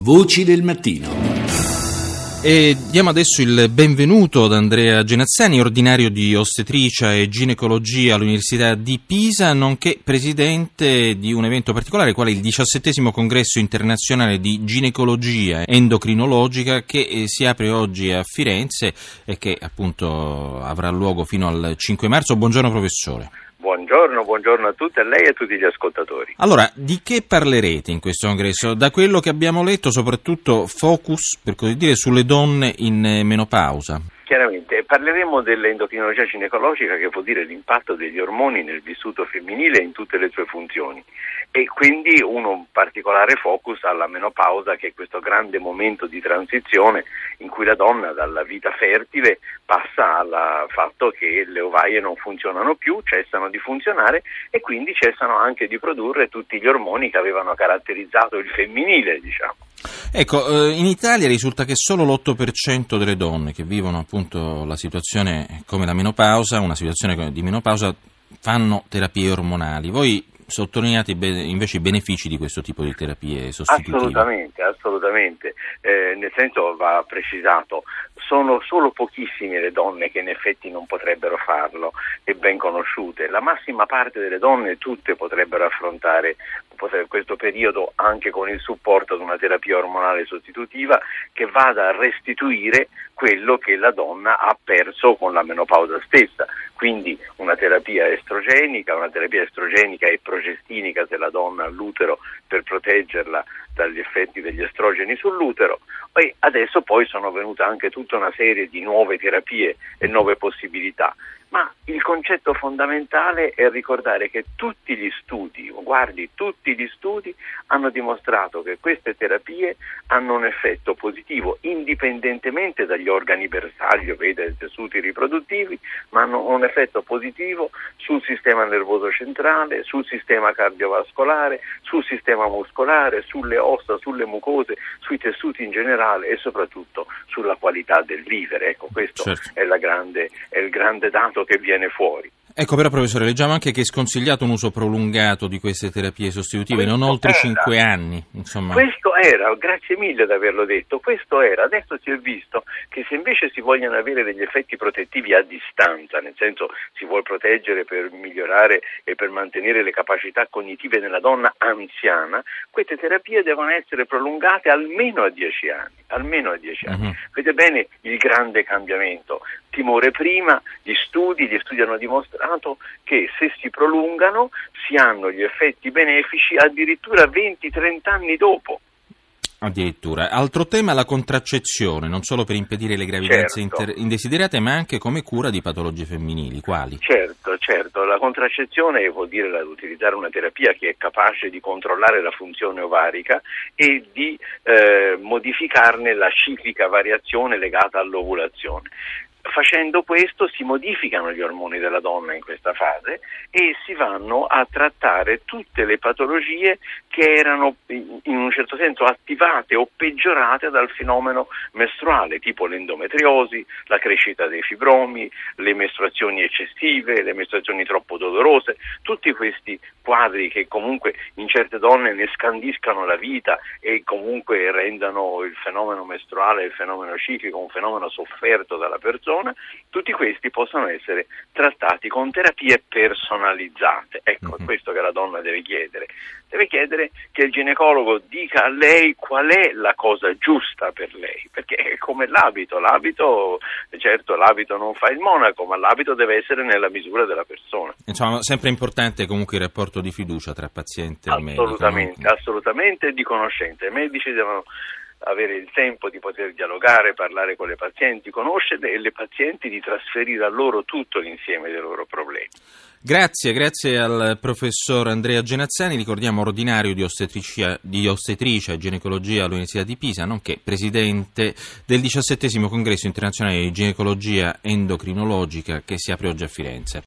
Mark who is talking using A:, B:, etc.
A: Voci del mattino.
B: E diamo adesso il benvenuto ad Andrea Genazzani, ordinario di ostetricia e ginecologia all'Università di Pisa, nonché presidente di un evento particolare, quale il 17° Congresso Internazionale di Ginecologia Endocrinologica, che si apre oggi a Firenze e che appunto avrà luogo fino al 5 marzo. Buongiorno professore.
C: Buongiorno a tutti, a lei e a tutti gli ascoltatori.
B: Allora, di che parlerete in questo congresso? Da quello che abbiamo letto, soprattutto focus, per così dire, sulle donne in menopausa.
C: Chiaramente parleremo dell'endocrinologia ginecologica, che vuol dire l'impatto degli ormoni nel vissuto femminile e in tutte le sue funzioni, e quindi un particolare focus alla menopausa, che è questo grande momento di transizione in cui la donna dalla vita fertile passa al fatto che le ovaie non funzionano più, cessano di funzionare e quindi cessano anche di produrre tutti gli ormoni che avevano caratterizzato il femminile, diciamo.
B: Ecco, in Italia risulta che solo l'8% delle donne che vivono appunto la situazione come la menopausa, una situazione di menopausa, fanno terapie ormonali. Voi sottolineate invece i benefici di questo tipo di terapie sostitutive.
C: Assolutamente. Nel senso, va precisato, sono solo pochissime le donne che in effetti non potrebbero farlo, e ben conosciute. La massima parte delle donne, tutte, potrebbero affrontare questo periodo anche con il supporto di una terapia ormonale sostitutiva che vada a restituire quello che la donna ha perso con la menopausa stessa. Quindi una terapia estrogenica e progestinica, se la donna ha l'utero, per proteggerla dagli effetti degli estrogeni sull'utero. E adesso poi sono venute anche tutta una serie di nuove terapie e nuove possibilità. Ma il concetto fondamentale è ricordare che tutti gli studi hanno dimostrato che queste terapie hanno un effetto positivo indipendentemente dagli organi bersaglio, dai tessuti riproduttivi, ma hanno un effetto positivo sul sistema nervoso centrale, sul sistema cardiovascolare, sul sistema muscolare, sulle ossa, sulle mucose, sui tessuti in generale e soprattutto sulla qualità del vivere. Ecco, questo è il grande dato che viene fuori.
B: Ecco, però professore, leggiamo anche che è sconsigliato un uso prolungato di queste terapie sostitutive, non oltre 5 anni. Insomma.
C: Questo era, grazie mille di averlo detto, adesso si è visto che se invece si vogliono avere degli effetti protettivi a distanza, nel senso si vuol proteggere per migliorare e per mantenere le capacità cognitive nella donna anziana, queste terapie devono essere prolungate almeno a 10 anni. Uh-huh. Vedete bene il grande cambiamento. Timore prima, gli studi hanno dimostrato che se si prolungano si hanno gli effetti benefici addirittura 20-30 anni dopo.
B: Addirittura. Altro tema, la contraccezione, non solo per impedire le gravidanze indesiderate, ma anche come cura di patologie femminili. Quali?
C: Certo, la contraccezione vuol dire utilizzare una terapia che è capace di controllare la funzione ovarica e di modificarne la ciclica variazione legata all'ovulazione. Facendo questo si modificano gli ormoni della donna in questa fase e si vanno a trattare tutte le patologie che erano in un certo senso attivate o peggiorate dal fenomeno mestruale, tipo l'endometriosi, la crescita dei fibromi, le mestruazioni eccessive, le mestruazioni troppo dolorose, tutti questi quadri che comunque in certe donne ne scandiscano la vita e comunque rendano il fenomeno mestruale, il fenomeno ciclico, un fenomeno sofferto dalla persona. Tutti questi possono essere trattati con terapie personalizzate. Ecco, è questo che la donna deve chiedere. Deve chiedere che il ginecologo dica a lei qual è la cosa giusta per lei, perché è come l'abito, certo l'abito non fa il monaco, ma l'abito deve essere nella misura della persona.
B: Insomma, sempre importante comunque il rapporto di fiducia tra paziente e medico.
C: Assolutamente, e di conoscenza. I medici devono avere il tempo di poter dialogare, parlare con le pazienti, conoscerle, e le pazienti di trasferire a loro tutto l'insieme dei loro problemi.
B: Grazie al professor Andrea Genazzani, ricordiamo ordinario di ostetricia e ginecologia all'Università di Pisa, nonché presidente del 17° Congresso Internazionale di Ginecologia Endocrinologica che si apre oggi a Firenze.